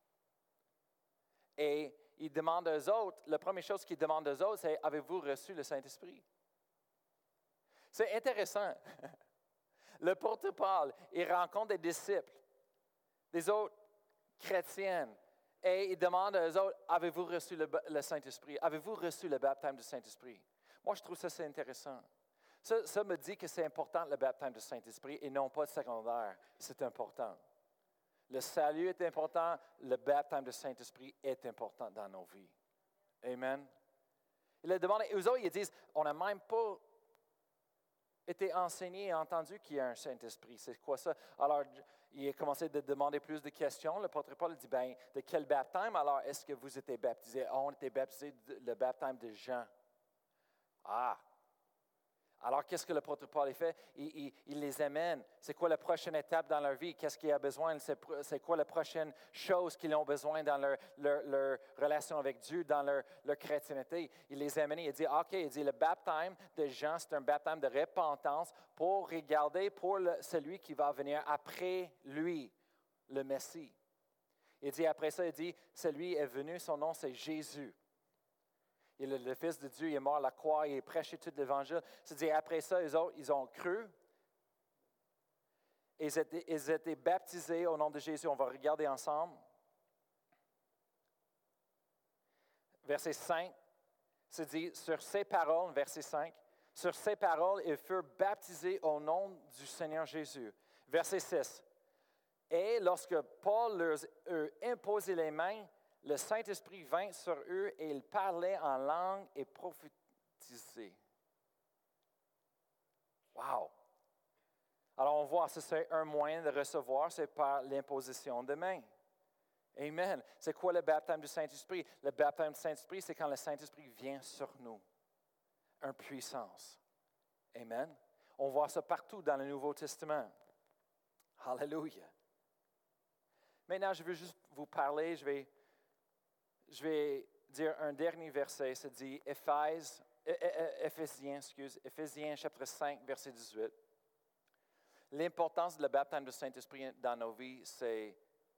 Et il demande aux autres, la première chose qu'il demande aux autres, c'est « Avez-vous reçu le Saint-Esprit? » C'est intéressant. L'apôtre Paul, il rencontre des disciples, des autres chrétiennes. Et il demande aux autres, avez-vous reçu le Saint-Esprit? Avez-vous reçu le baptême du Saint-Esprit? Moi, je trouve ça c'est intéressant. Ça me dit que c'est important le baptême du Saint-Esprit et non pas secondaire. C'est important. Le salut est important, le baptême du Saint-Esprit est important dans nos vies. Amen. Il a demandé, eux autres, ils disent, on n'a même pas été enseigné et entendu qu'il y a un Saint-Esprit. C'est quoi ça? Alors, il a commencé à demander plus de questions. L'apôtre Paul dit, bien, de quel baptême? Alors, est-ce que vous êtes baptisés? On était baptisés le baptême de Jean. Ah! Alors, qu'est-ce que l'apôtre Paul fait? Il les amène. C'est quoi la prochaine étape dans leur vie? Qu'est-ce qu'il y a besoin? C'est quoi la prochaine chose qu'ils ont besoin dans leur relation avec Dieu, dans leur chrétienté? Il les amène. Il dit, OK, il dit, le baptême de Jean, c'est un baptême de repentance pour regarder pour celui qui va venir après lui, le Messie. Il dit, après ça, il dit, celui est venu, son nom, c'est Jésus. Il est le Fils de Dieu, il est mort à la croix, il a prêché tout l'Évangile. C'est-à-dire, après ça, eux autres, ils ont cru. Et ils étaient baptisés au nom de Jésus. On va regarder ensemble. Verset 5, c'est dit, sur ces paroles, verset 5, sur ces paroles, ils furent baptisés au nom du Seigneur Jésus. Verset 6, et lorsque Paul leur eut imposé les mains, le Saint-Esprit vint sur eux et ils parlaient en langue et prophétisaient. Wow! Alors, on voit, c'est un moyen de recevoir, c'est par l'imposition de mains. Amen. C'est quoi le baptême du Saint-Esprit? Le baptême du Saint-Esprit, c'est quand le Saint-Esprit vient sur nous. Une puissance. Amen. On voit ça partout dans le Nouveau Testament. Alléluia. Maintenant, je veux juste vous parler, je vais dire un dernier verset, ça dit Éphésiens chapitre 5, verset 18. L'importance de le baptême du Saint-Esprit dans nos vies, c'est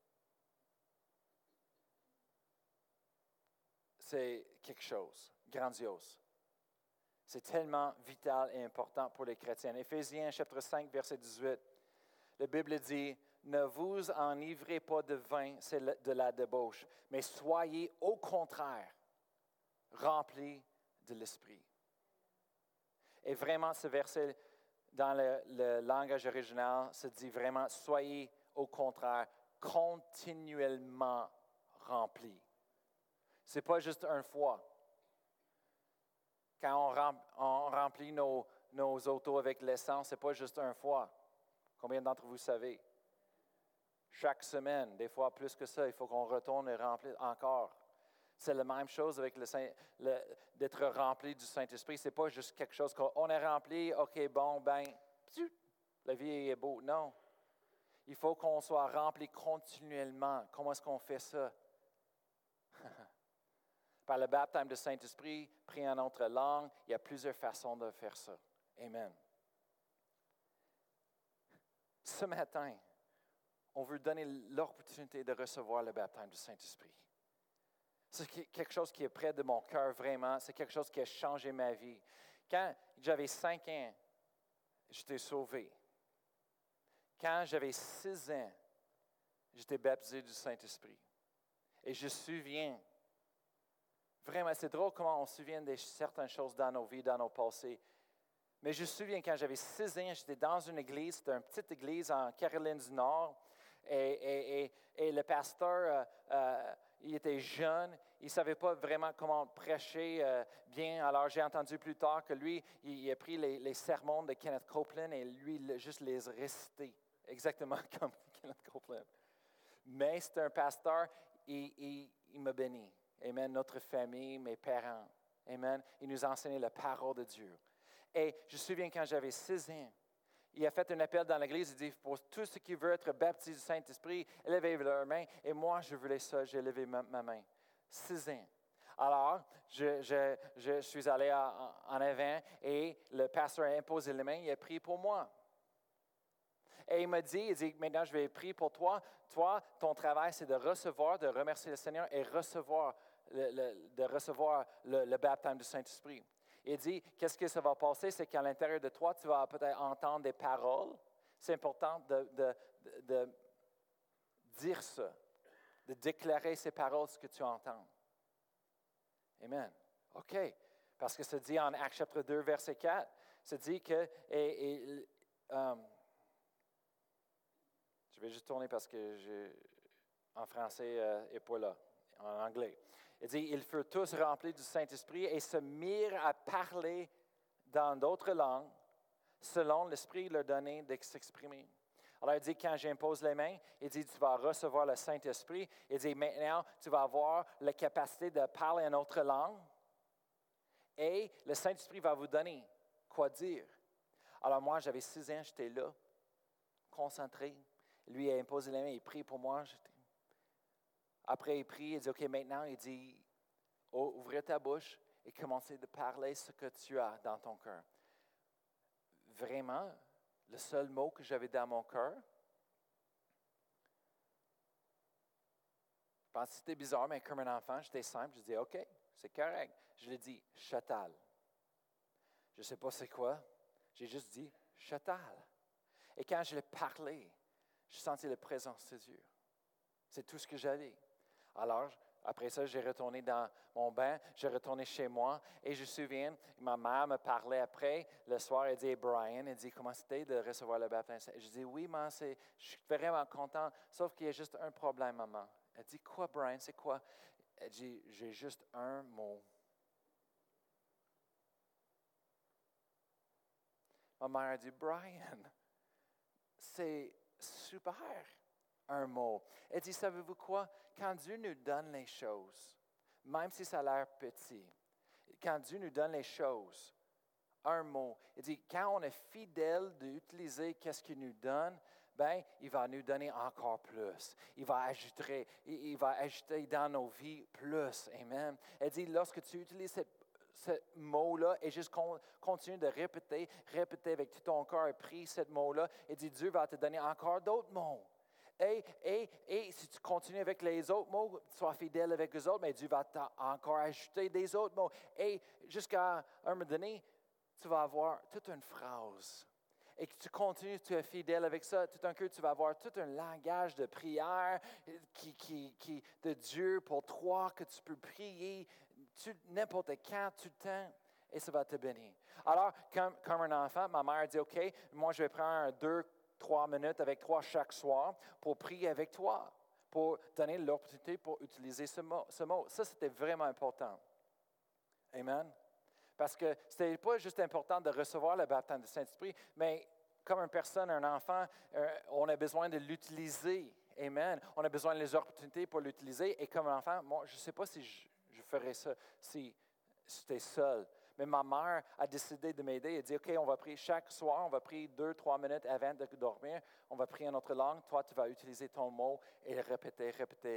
quelque chose, grandiose. C'est tellement vital et important pour les chrétiens. Éphésiens chapitre 5, verset 18, la Bible dit, « Ne vous enivrez pas de vin, c'est de la débauche, mais soyez au contraire remplis de l'Esprit. » Et vraiment, ce verset, dans le langage original, se dit vraiment, « Soyez au contraire continuellement remplis. » Ce n'est pas juste une fois. Quand on remplit nos autos avec l'essence, ce n'est pas juste une fois. Combien d'entre vous savez? Chaque semaine, des fois plus que ça, il faut qu'on retourne et remplisse encore. C'est la même chose avec d'être rempli du Saint-Esprit. Ce n'est pas juste quelque chose qu'on est rempli, OK, bon, ben, la vie est beau. Non. Il faut qu'on soit rempli continuellement. Comment est-ce qu'on fait ça? Par le baptême du Saint-Esprit, pris en autre langue, il y a plusieurs façons de faire ça. Amen. Ce matin, on veut donner l'opportunité de recevoir le baptême du Saint-Esprit. C'est quelque chose qui est près de mon cœur vraiment. C'est quelque chose qui a changé ma vie. Quand j'avais 5 ans, j'étais sauvé. Quand j'avais 6 ans, j'étais baptisé du Saint-Esprit. Et je me souviens, vraiment, c'est drôle comment on se souvient de certaines choses dans nos vies, dans nos passés. Mais je me souviens quand j'avais 6 ans, j'étais dans une église, c'était une petite église en Caroline du Nord. Et le pasteur, il était jeune, il ne savait pas vraiment comment prêcher bien. Alors j'ai entendu plus tard que lui, il a pris les sermons de Kenneth Copeland et lui, il a juste les récité, exactement comme Kenneth Copeland. Mais c'est un pasteur, il m'a béni. Amen, notre famille, mes parents. Amen, il nous a enseigné la parole de Dieu. Et je me souviens quand j'avais 6 ans, il a fait un appel dans l'église, il dit, pour tous ceux qui veulent être baptisés du Saint-Esprit, levez leur main. Et moi, je voulais ça, j'ai levé ma main. 6 ans. Alors, je suis allé en avant et le pasteur a imposé les mains, il a prié pour moi. Et il m'a dit, maintenant je vais prier pour toi. Toi, ton travail, c'est de recevoir, de remercier le Seigneur et de recevoir le baptême du Saint-Esprit. Il dit, qu'est-ce que ça va passer? C'est qu'à l'intérieur de toi, tu vas peut-être entendre des paroles. C'est important de dire ça, de déclarer ces paroles, ce que tu entends. Amen. OK. Parce que ça dit en Actes chapitre 2, verset 4, ça dit que... je vais juste tourner parce que en français n'est pas là, en anglais. Il dit, ils furent tous remplis du Saint-Esprit et se mirent à parler dans d'autres langues, selon l'Esprit leur donnait de s'exprimer. Alors il dit, quand j'impose les mains, il dit, tu vas recevoir le Saint-Esprit. Il dit, maintenant, tu vas avoir la capacité de parler une autre langue et le Saint-Esprit va vous donner quoi dire. Alors moi, j'avais 6 ans, j'étais là, concentré. Lui a imposé les mains, il prie pour moi. Après, il prie, il dit, OK, maintenant, il dit, ouvrez ta bouche et commencez de parler ce que tu as dans ton cœur. Vraiment, le seul mot que j'avais dans mon cœur, je pense que c'était bizarre, mais comme un enfant, j'étais simple, je dis, OK, c'est correct. Je lui ai dit, Chatal. Je ne sais pas c'est quoi, j'ai juste dit, Chatal. Et quand je l'ai parlé, je sentais la présence de Dieu. C'est tout ce que j'avais. Alors, après ça, j'ai retourné dans mon bain, j'ai retourné chez moi et je me souviens, ma mère me parlait après, le soir, elle dit, Brian, elle dit, comment c'était de recevoir le baptême? Je dis, oui, maman, je suis vraiment content, sauf qu'il y a juste un problème, maman. Elle dit, quoi, Brian, c'est quoi? Elle dit, j'ai juste un mot. Ma mère a dit, Brian, c'est super un mot. Elle dit, savez-vous quoi? Quand Dieu nous donne les choses, même si ça a l'air petit, quand Dieu nous donne les choses, un mot, il dit, quand on est fidèle d'utiliser qu'est-ce qu'il nous donne, ben, il va nous donner encore plus. Il va ajouter dans nos vies plus. Amen. Elle dit, lorsque tu utilises ce mot-là et juste continue de répéter avec tout ton corps et prie ce mot-là, elle dit, Dieu va te donner encore d'autres mots. Et si tu continues avec les autres mots, sois fidèle avec les autres, mais Dieu va encore ajouter des autres mots. Et jusqu'à un moment donné, tu vas avoir toute une phrase. Et que tu continues, tu es fidèle avec ça, tout d'un coup, tu vas avoir tout un langage de prière qui de Dieu pour toi, que tu peux prier n'importe quand, tout le temps, et ça va te bénir. Alors, comme un enfant, ma mère dit, OK, moi je vais prendre 2-3 minutes avec toi chaque soir pour prier avec toi, pour donner l'opportunité pour utiliser ce mot. Ça, c'était vraiment important. Amen. Parce que ce n'était pas juste important de recevoir le baptême du Saint-Esprit, mais comme une personne, un enfant, on a besoin de l'utiliser. Amen. On a besoin des opportunités pour l'utiliser. Et comme un enfant, moi, je ne sais pas si je ferais ça si j'étais seul. Mais ma mère a décidé de m'aider. Elle a dit, OK, on va prier chaque soir, on va prier 2-3 minutes avant de dormir. On va prier en notre langue. Toi, tu vas utiliser ton mot et le répéter.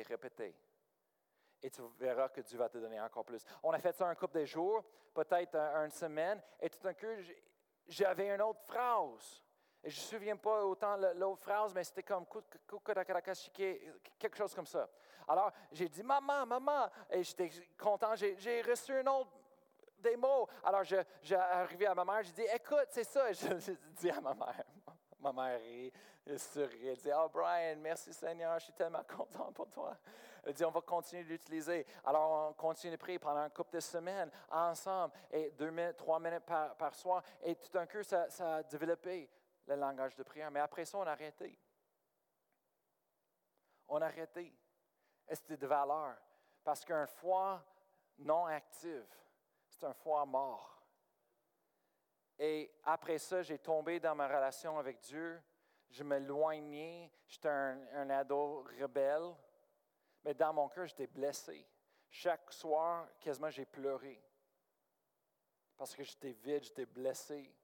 Et tu verras que Dieu va te donner encore plus. On a fait ça un couple de jours, peut-être une semaine, et tout d'un coup, j'avais une autre phrase. Et je ne me souviens pas autant l'autre phrase, mais c'était comme quelque chose comme ça. Alors, j'ai dit, maman, et j'étais content, j'ai reçu un autre des mots. Alors, j'ai arrivé à ma mère, j'ai dit, écoute, c'est ça. J'ai dit à ma mère. Ma mère rit, elle sourit, elle dit, « Oh Brian, merci Seigneur, je suis tellement content pour toi. » Elle dit, « On va continuer d'utiliser. » Alors, on continue de prier pendant un couple de semaines ensemble, et 2-3 minutes par soir. Et tout d'un coup, ça a développé le langage de prière. Mais après ça, on a arrêté. Et c'était de valeur. Parce qu'un foi non active, c'est un foi mort. Et après ça, j'ai tombé dans ma relation avec Dieu. Je m'éloignais. J'étais un ado rebelle. Mais dans mon cœur, j'étais blessé. Chaque soir, quasiment, j'ai pleuré. Parce que j'étais vide, j'étais blessé,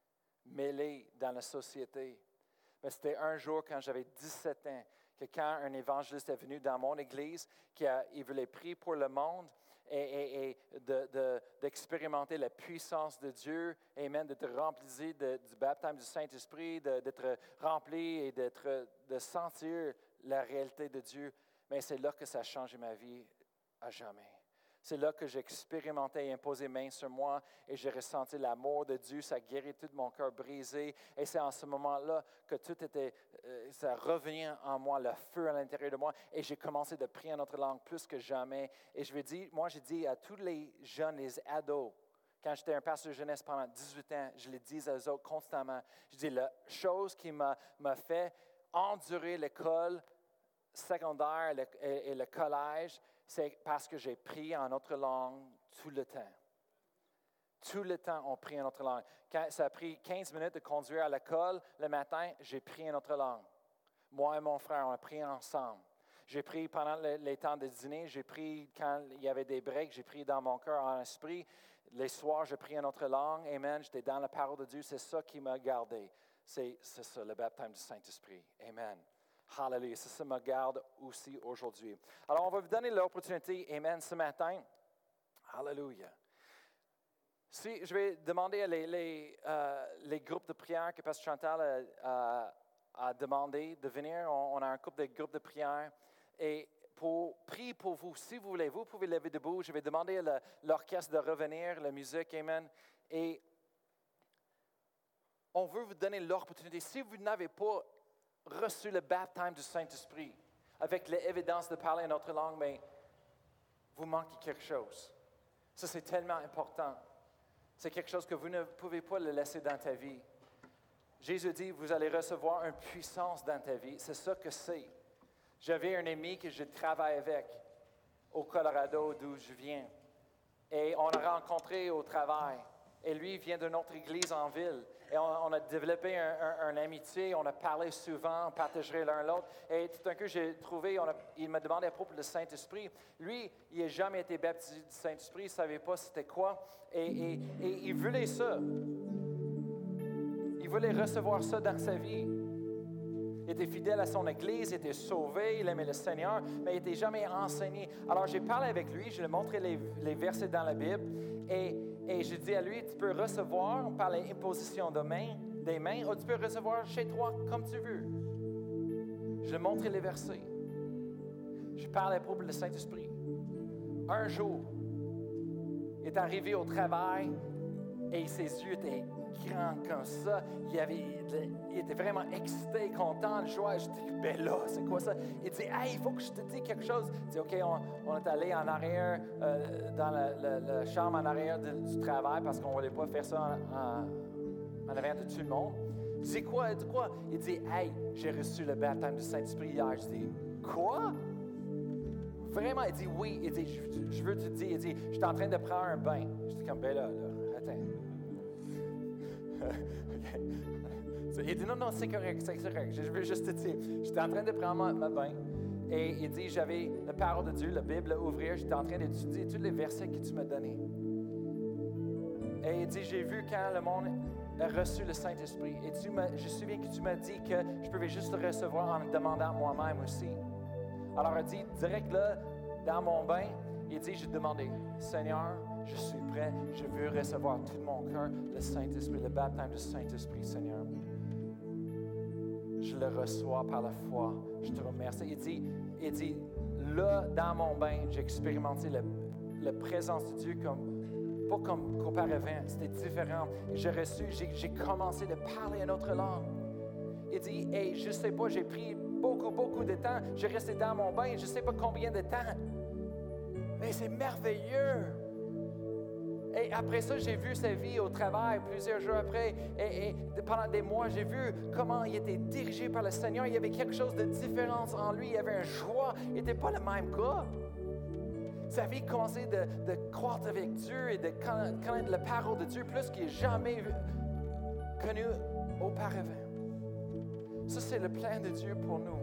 mêlé dans la société. Mais c'était un jour, quand j'avais 17 ans, que quand un évangéliste est venu dans mon église, il voulait prier pour le monde, et d'expérimenter la puissance de Dieu, amen, d'être rempli du baptême du Saint-Esprit, d'être rempli et de sentir la réalité de Dieu. Mais c'est là que ça a changé ma vie à jamais. C'est là que j'ai expérimenté et imposé main sur moi et j'ai ressenti l'amour de Dieu. Ça a guéri tout mon cœur brisé. Et c'est en ce moment-là que ça revenait en moi, le feu à l'intérieur de moi. Et j'ai commencé de prier en notre langue plus que jamais. Et j'ai dit à tous les jeunes, les ados, quand j'étais un pasteur de jeunesse pendant 18 ans, je le disais aux autres constamment. Je dis, la chose qui m'a fait endurer l'école secondaire et le collège, c'est parce que j'ai prié en notre langue tout le temps. Tout le temps, on prie en notre langue. Quand ça a pris 15 minutes de conduire à l'école le matin, j'ai prié en notre langue. Moi et mon frère, on a prié ensemble. J'ai prié pendant les temps de dîner, j'ai prié quand il y avait des breaks, j'ai prié dans mon cœur en esprit. Les soirs, je prié en notre langue. Amen. J'étais dans la parole de Dieu. C'est ça qui m'a gardé. C'est ça, le baptême du Saint-Esprit. Amen. Hallelujah. Ça me garde aussi aujourd'hui. Alors, on va vous donner l'opportunité, amen, ce matin. Hallelujah. Si je vais demander les groupes de prière que Pasteur Chantal a demandé de venir, on a un couple de groupes de prière. Et pour prier pour vous, si vous voulez, vous pouvez lever debout. Je vais demander à l'orchestre de revenir, la musique, amen. Et on veut vous donner l'opportunité. Si vous n'avez pas reçu le baptême du Saint-Esprit avec l'évidence de parler notre langue, mais vous manquez quelque chose. Ça, c'est tellement important. C'est quelque chose que vous ne pouvez pas le laisser dans ta vie. Jésus dit, vous allez recevoir une puissance dans ta vie. C'est ça que c'est. J'avais un ami que je travaille avec au Colorado, d'où je viens. Et on l'a rencontré au travail. Et lui, il vient de notre église en ville. Et on a développé une amitié, on a parlé souvent, on partageait l'un l'autre. Et tout d'un coup, j'ai trouvé, il m'a demandé à propos du Saint-Esprit. Lui, il n'a jamais été baptisé du Saint-Esprit, il ne savait pas c'était quoi. Et il voulait ça. Il voulait recevoir ça dans sa vie. Il était fidèle à son église, il était sauvé, il aimait le Seigneur, mais il n'était jamais enseigné. Alors, j'ai parlé avec lui, je lui ai montré les versets dans la Bible, et je dis à lui, tu peux recevoir par l'imposition des mains, ou tu peux recevoir chez toi comme tu veux. Je lui ai montré les versets. Je parlais pour le Saint-Esprit. Un jour, il est arrivé au travail, et ses yeux étaient grands comme ça. Il était vraiment excité, content, de joie. Je dis, ben là, c'est quoi ça? Il dit, hey, il faut que je te dise quelque chose. Il dit, OK, on est allé en arrière, dans la chambre en arrière du travail, parce qu'on ne voulait pas faire ça en arrière de tout le monde. Je dis, quoi? Il dit, quoi? Il dit, hey, j'ai reçu le baptême du Saint-Esprit hier. Je dis, quoi? Vraiment? Il dit, oui. Il dit, je veux te dire. Il dit, je suis en train de prendre un bain. Je dis, comme, ben là, attends. Okay. Il dit, non, c'est correct. Je veux juste te dire, j'étais en train de prendre ma bain et il dit, j'avais la parole de Dieu, la Bible à ouvrir, j'étais en train d'étudier tous les versets que tu m'as donnés. Et il dit, j'ai vu quand le monde a reçu le Saint-Esprit. Et je me souviens que tu m'as dit que je pouvais juste le recevoir en me demandant moi-même aussi. Alors il dit, direct là, dans mon bain, il dit, j'ai demandé, Seigneur, je suis prêt, je veux recevoir tout de mon cœur le Saint-Esprit, le baptême du Saint-Esprit, Seigneur. Je le reçois par la foi. Je te remercie. Il dit, là, dans mon bain, j'ai expérimenté la présence de Dieu pas comme qu'auparavant, c'était différent. J'ai commencé de parler une autre langue. Il dit, hey, je ne sais pas, j'ai pris beaucoup de temps, j'ai resté dans mon bain, je ne sais pas combien de temps. Mais c'est merveilleux. Et après ça, j'ai vu sa vie au travail plusieurs jours après. Et pendant des mois, j'ai vu comment il était dirigé par le Seigneur. Il y avait quelque chose de différent en lui. Il y avait une joie. Il n'était pas le même gars. Sa vie commençait de croître avec Dieu et de connaître la parole de Dieu plus qu'il n'ait jamais connu auparavant. Ça, c'est le plan de Dieu pour nous.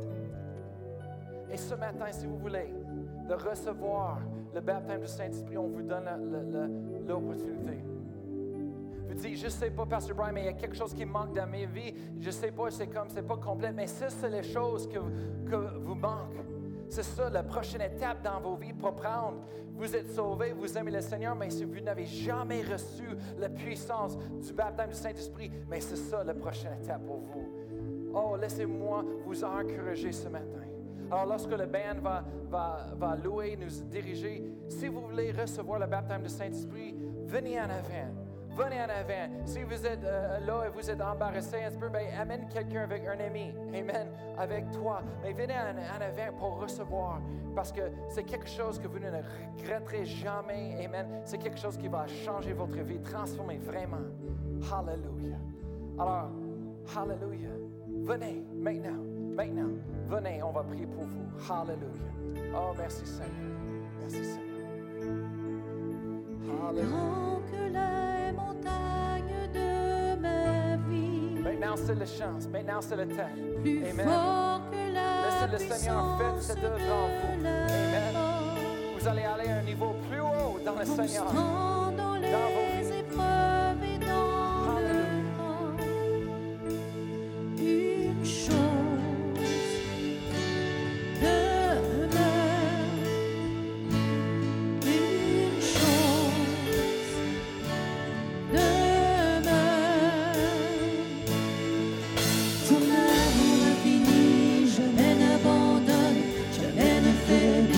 Et ce matin, si vous voulez, de recevoir le baptême du Saint-Esprit, on vous donne l'opportunité. Vous dites, je ne sais pas, Pasteur Brian, mais il y a quelque chose qui manque dans ma vie. Je ne sais pas, c'est pas complet, mais ça, c'est les choses que vous manquent. C'est ça, la prochaine étape dans vos vies pour prendre. Vous êtes sauvés, vous aimez le Seigneur, mais si vous n'avez jamais reçu la puissance du baptême du Saint-Esprit, mais c'est ça la prochaine étape pour vous. Oh, laissez-moi vous encourager ce matin. Alors, lorsque le band va louer, nous diriger, si vous voulez recevoir le baptême du Saint-Esprit, venez en avant. Venez en avant. Si vous êtes là et vous êtes embarrassé un petit peu, bien, amène quelqu'un avec un ami. Amen. Avec toi. Mais venez en avant pour recevoir. Parce que c'est quelque chose que vous ne regretterez jamais. Amen. C'est quelque chose qui va changer votre vie, transformer vraiment. Hallelujah. Alors, hallelujah. Venez maintenant. Maintenant, venez, on va prier pour vous. Hallelujah. Oh, merci Seigneur. Merci Seigneur. Hallelujah. Que les montagnes de ma vie. Maintenant, c'est la chance. Maintenant, c'est le temps. Plus Amen. fort que la Laissez le Seigneur faire cette œuvre en vous. Amen. Vous allez aller à un niveau plus haut dans le Seigneur. Constant dans les épreuves et dans le temps. Une chose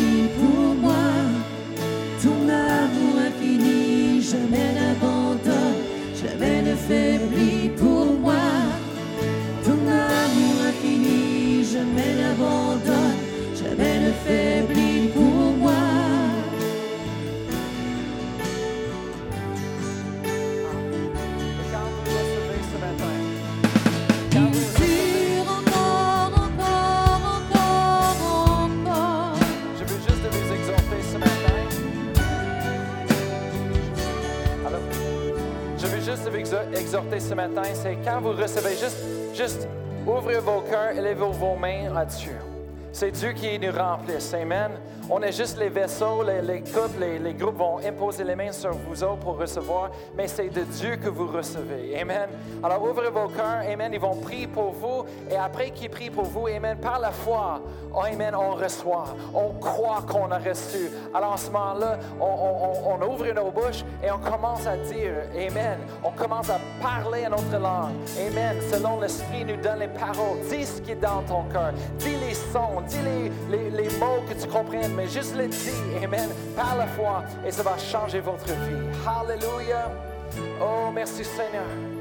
jamais n'abandonne. ce matin, c'est quand vous recevez, juste ouvrez vos cœurs, élevez vos mains à Dieu. C'est Dieu qui nous remplisse. Amen. On est juste les vaisseaux, les couples, les groupes vont imposer les mains sur vous autres pour recevoir, mais c'est de Dieu que vous recevez. Amen. Alors ouvrez vos cœurs. Amen. Ils vont prier pour vous. Et après qu'ils prient pour vous, amen, par la foi, amen, on reçoit. On croit qu'on a reçu. Alors en ce moment-là, on ouvre nos bouches et on commence à dire, amen. On commence à parler à notre langue. Amen. Selon l'Esprit nous donne les paroles. Dis ce qui est dans ton cœur. Dis les sons. Dis les mots que tu comprennes, mais juste les dis, amen, par la foi, et ça va changer votre vie. Hallelujah. Oh, merci Seigneur.